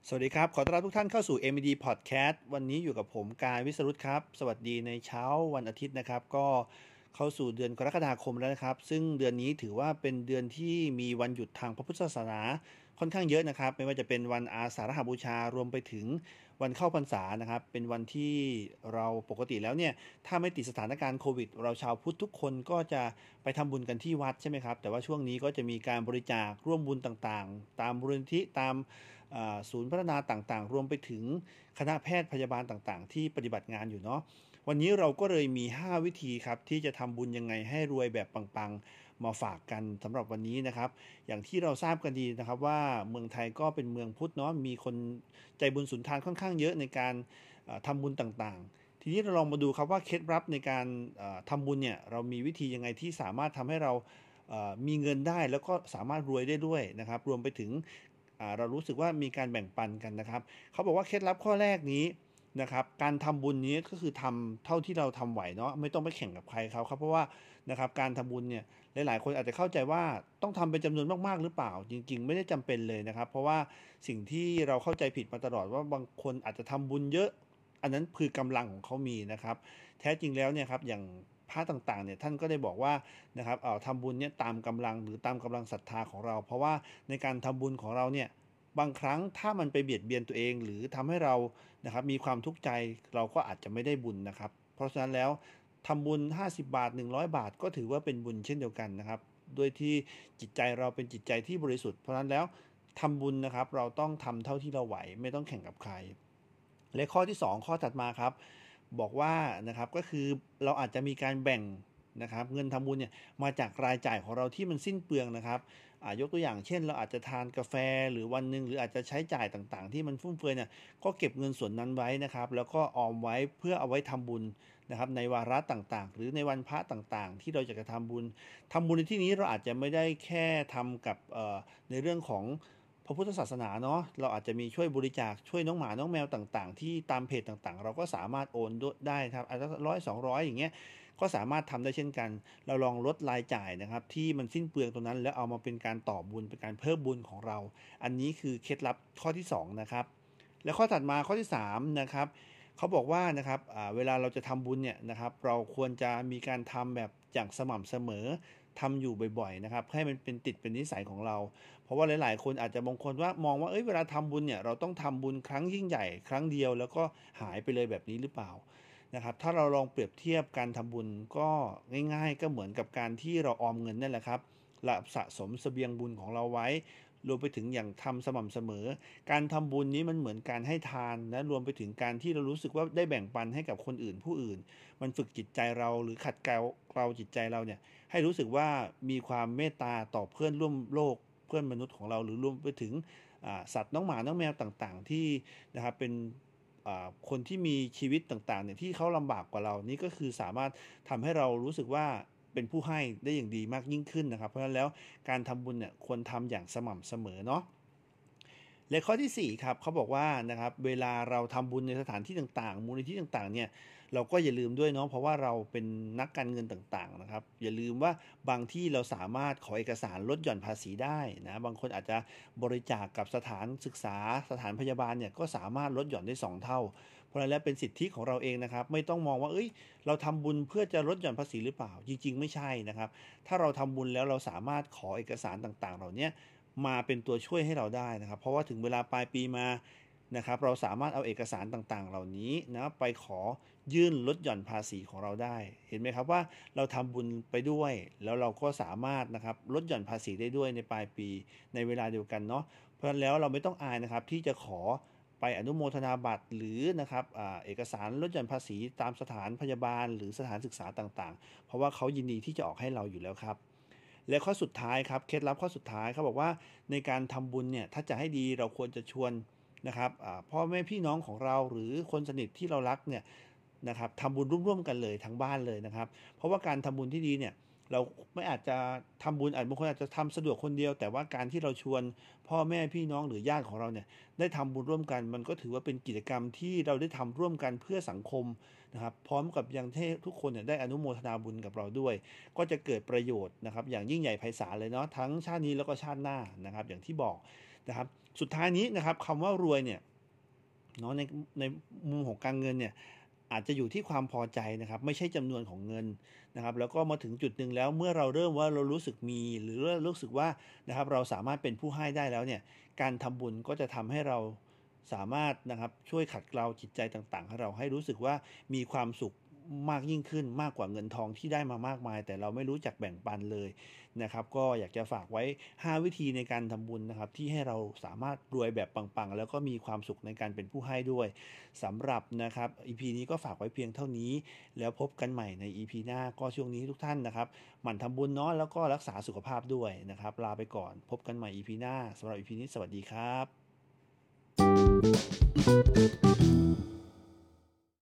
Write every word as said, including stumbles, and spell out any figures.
สวัสดีครับขอต้อนรับทุกท่านเข้าสู่ เอ็ม วี ดี Podcast วันนี้อยู่กับผมกายวิสรุตครับสวัสดีในเช้าวันอาทิตย์นะครับก็เข้าสู่เดือนกรกฎาคมแล้วนะครับซึ่งเดือนนี้ถือว่าเป็นเดือนที่มีวันหยุดทางพระพุทธศาสนาค่อนข้างเยอะนะครับไม่ว่าจะเป็นวันอาสาฬหบูชารวมไปถึงวันเข้าพรรษานะครับเป็นวันที่เราปกติแล้วเนี่ยถ้าไม่ติดสถานการณ์โควิดเราชาวพุทธทุกคนก็จะไปทำบุญกันที่วัดใช่ไหมครับแต่ว่าช่วงนี้ก็จะมีการบริจาคร่วมบุญต่างๆตามมูลนิธิตามศูนย์พัฒนาต่างๆรวมไปถึงคณะแพทย์พยาบาลต่างๆที่ปฏิบัติงานอยู่เนาะวันนี้เราก็เลยมีห้าวิธีครับที่จะทำบุญยังไงให้รวยแบบปังๆมาฝากกันสำหรับวันนี้นะครับอย่างที่เราทราบกันดีนะครับว่าเมืองไทยก็เป็นเมืองพุทธเนาะมีคนใจบุญสุนทานค่อนข้างเยอะในการทำบุญต่างๆทีนี้เราลองมาดูครับว่าเคล็ดลับในการทำบุญเนี่ยเรามีวิธียังไงที่สามารถทำให้เรามีเงินได้แล้วก็สามารถรวยได้ด้วยนะครับรวมไปถึงเรารู้สึกว่ามีการแบ่งปันกันนะครับเขาบอกว่าเคล็ดลับข้อแรกนี้นะครับการทำบุญนี้ก็คือทำเท่าที่เราทำไหวเนาะไม่ต้องไปแข่งกับใครเขาครับเพราะว่านะครับการทำบุญเนี่ยหลายๆคนอาจจะเข้าใจว่าต้องทำเป็นจำนวนมากๆหรือเปล่าจริงๆไม่ได้จำเป็นเลยนะครับเพราะว่าสิ่งที่เราเข้าใจผิดมาตลอดว่าบางคนอาจจะทำบุญเยอะอันนั้นคือกำลังของเขามีนะครับแท้จริงแล้วเนี่ยครับอย่างพระต่างๆเนี่ยท่านก็ได้บอกว่านะครับเอาทำบุญเนี่ยตามกำลังหรือตามกำลังศรัทธาของเราเพราะว่าในการทำบุญของเราเนี่ยบางครั้งถ้ามันไปเบียดเบียนตัวเองหรือทำให้เรานะครับมีความทุกข์ใจเราก็อาจจะไม่ได้บุญนะครับเพราะฉะนั้นแล้วทำบุญห้าสิบบาทหนึ่งร้อยบาทก็ถือว่าเป็นบุญเช่นเดียวกันนะครับโดยที่จิตใจเราเป็นจิตใจที่บริสุทธิ์เพราะฉะนั้นแล้วทำบุญนะครับเราต้องทำเท่าที่เราไหวไม่ต้องแข่งกับใครและข้อที่สองข้อถัดมาครับบอกว่านะครับก็คือเราอาจจะมีการแบ่งนะครับเงินทำบุญเนี่ยมาจากรายจ่ายของเราที่มันสิ้นเปลืองนะครับยกตัวอย่างเช่นเราอาจจะทานกาแฟหรือวันหนึ่งหรืออาจจะใช้จ่ายต่างๆที่มันฟุ่มเฟือยเนี่ยก็เก็บเงินส่วนนั้นไว้นะครับแล้วก็ออมไว้เพื่อเอาไว้ทำบุญนะครับในวาระต่างๆหรือในวันพระต่างๆที่เราจะกระทำบุญทำบุญในที่นี้เราอาจจะไม่ได้แค่ทำกับในเรื่องของพระพุทธศาสนาเนาะเราอาจจะมีช่วยบริจาคช่วยน้องหมาน้องแมวต่างๆที่ตามเพจต่างๆเราก็สามารถโอนได้ครับอาจจะร้อยสองร้อยอย่างเงี้ยก็สามารถทำได้เช่นกันเราลองลดรายจ่ายนะครับที่มันสิ้นเปลืองตรงนั้นแล้วเอามาเป็นการต่อบุญเป็นการเพิ่มบุญของเราอันนี้คือเคล็ดลับข้อที่สองนะครับและข้อถัดมาข้อที่สามนะครับเขาบอกว่านะครับเวลาเราจะทำบุญเนี่ยนะครับเราควรจะมีการทำแบบอย่างสม่ำเสมอทำอยู่บ่อยๆนะครับให้มันเป็นติดเป็นนิสัยของเราเพราะว่าหลายๆคนอาจจะบางคนว่ามองว่าเอ้ยเวลาทำบุญเนี่ยเราต้องทำบุญครั้งยิ่งใหญ่ครั้งเดียวแล้วก็หายไปเลยแบบนี้หรือเปล่านะครับถ้าเราลองเปรียบเทียบการทำบุญก็ง่ายๆก็เหมือนกับการที่เราออมเงินนั่นแหละครับและสะสมเสบียงบุญของเราไว้รวมไปถึงอย่างทำสม่ำเสมอการทำบุญนี้มันเหมือนการให้ทานนะรวมไปถึงการที่เรารู้สึกว่าได้แบ่งปันให้กับคนอื่นผู้อื่นมันฝึกจิตใจเราหรือขัดเกลาเกลาจิตใจเราเนี่ยให้รู้สึกว่ามีความเมตตาต่อเพื่อนร่วมโลกเพื่อนมนุษย์ของเราหรือรวมไปถึงสัตว์น้องหมาน้องแมวต่างๆที่นะครับเป็นคนที่มีชีวิตต่างๆเนี่ยที่เขาลำบากกว่าเรานี่ก็คือสามารถทำให้เรารู้สึกว่าเป็นผู้ให้ได้อย่างดีมากยิ่งขึ้นนะครับเพราะฉะนั้นแล้วการทำบุญเนี่ยควรทำอย่างสม่ำเสมอเนาะและข้อที่สี่ครับเขาบอกว่านะครับเวลาเราทำบุญในสถานที่ต่างๆมูลนิธิต่างๆเนี่ยเราก็อย่าลืมด้วยเนาะเพราะว่าเราเป็นนักการเงินต่างๆนะครับอย่าลืมว่าบางที่เราสามารถขอเอกสารลดหย่อนภาษีได้นะบางคนอาจจะบริจาค ก, กับสถานศึกษาสถานพยาบาลเนี่ยก็สามารถลดหย่อนได้สองเท่าเพราะฉะนั้นแล้วเป็นสิทธิของเราเองนะครับไม่ต้องมองว่าเอ้ยเราทำบุญเพื่อจะลดหย่อนภาษีหรือเปล่าจริงๆไม่ใช่นะครับถ้าเราทำบุญแล้วเราสามารถขอเอกสารต่างๆเหล่านี้มาเป็นตัวช่วยให้เราได้นะครับเพราะว่าถึงเวลาปลายปีมานะครับเราสามารถเอาเอกสารต่างๆเหล่านี้นะไปขอยื่นลดหย่อนภาษีของเราได้เห็นไหมครับว่าเราทำบุญไปด้วยแล้วเราก็สามารถนะครับลดหย่อนภาษีได้ด้วยในปลายปีในเวลาเดียวกันเนาะเพราะฉะนั้นแล้วเราไม่ต้องอายนะครับที่จะขอไปอนุโมทนาบัตรหรือนะครับอเอกสารลดหย่อนภาษีตามสถานพยาบาลหรือสถานศึกษาต่างๆเพราะว่าเขายินดีที่จะออกให้เราอยู่แล้วครับและข้อสุดท้ายครับเคล็ดลับข้อสุดท้ายเขาบอกว่าในการทำบุญเนี่ยถ้าจะให้ดีเราควรจะชวนนะครับพ่อแม่พี่น้องของเราหรือคนสนิทที่เรารักเนี่ยนะครับทำบุญร่วมๆกันเลยทั้งบ้านเลยนะครับเพราะว่าการทำบุญที่ดีเนี่ยเราไม่อาจจะทำบุญอาจบางคนอาจจะทำสะดวกคนเดียวแต่ว่าการที่เราชวนพ่อแม่พี่น้องหรือญาติของเราเนี่ยได้ทำบุญร่วมกันมันก็ถือว่าเป็นกิจกรรมที่เราได้ทำร่วมกันเพื่อสังคมนะครับพร้อมกับยังให้ทุกคนเนี่ยได้อนุโมทนาบุญกับเราด้วยก็จะเกิดประโยชน์นะครับอย่างยิ่งใหญ่ไพศาลเลยเนาะทั้งชาตินี้แล้วก็ชาติหน้านะครับอย่างที่บอกนะครับสุดท้ายนี้นะครับคำว่ารวยเนี่ยเนาะในในมุมของการเงินเนี่ยอาจจะอยู่ที่ความพอใจนะครับไม่ใช่จำนวนของเงินนะครับแล้วก็มาถึงจุดหนึ่งแล้วเมื่อเราเริ่มว่าเรารู้สึกมีหรือรู้สึกว่านะครับเราสามารถเป็นผู้ให้ได้แล้วเนี่ยการทำบุญก็จะทำให้เราสามารถนะครับช่วยขัดเกลาจิตใจต่างๆให้เราให้รู้สึกว่ามีความสุขมากยิ่งขึ้นมากกว่าเงินทองที่ได้มามากมายแต่เราไม่รู้จักแบ่งปันเลยนะครับก็อยากจะฝากไว้ห้าวิธีในการทำบุญนะครับที่ให้เราสามารถรวยแบบปังๆแล้วก็มีความสุขในการเป็นผู้ให้ด้วยสำหรับนะครับ อี พี นี้ก็ฝากไว้เพียงเท่านี้แล้วพบกันใหม่ใน อี พี หน้าก็ช่วงนี้ทุกท่านนะครับหมั่นทำบุญเนาะแล้วก็รักษาสุขภาพด้วยนะครับลาไปก่อนพบกันใหม่ อี พี หน้าสำหรับ อี พี นี้สวัสดีครับ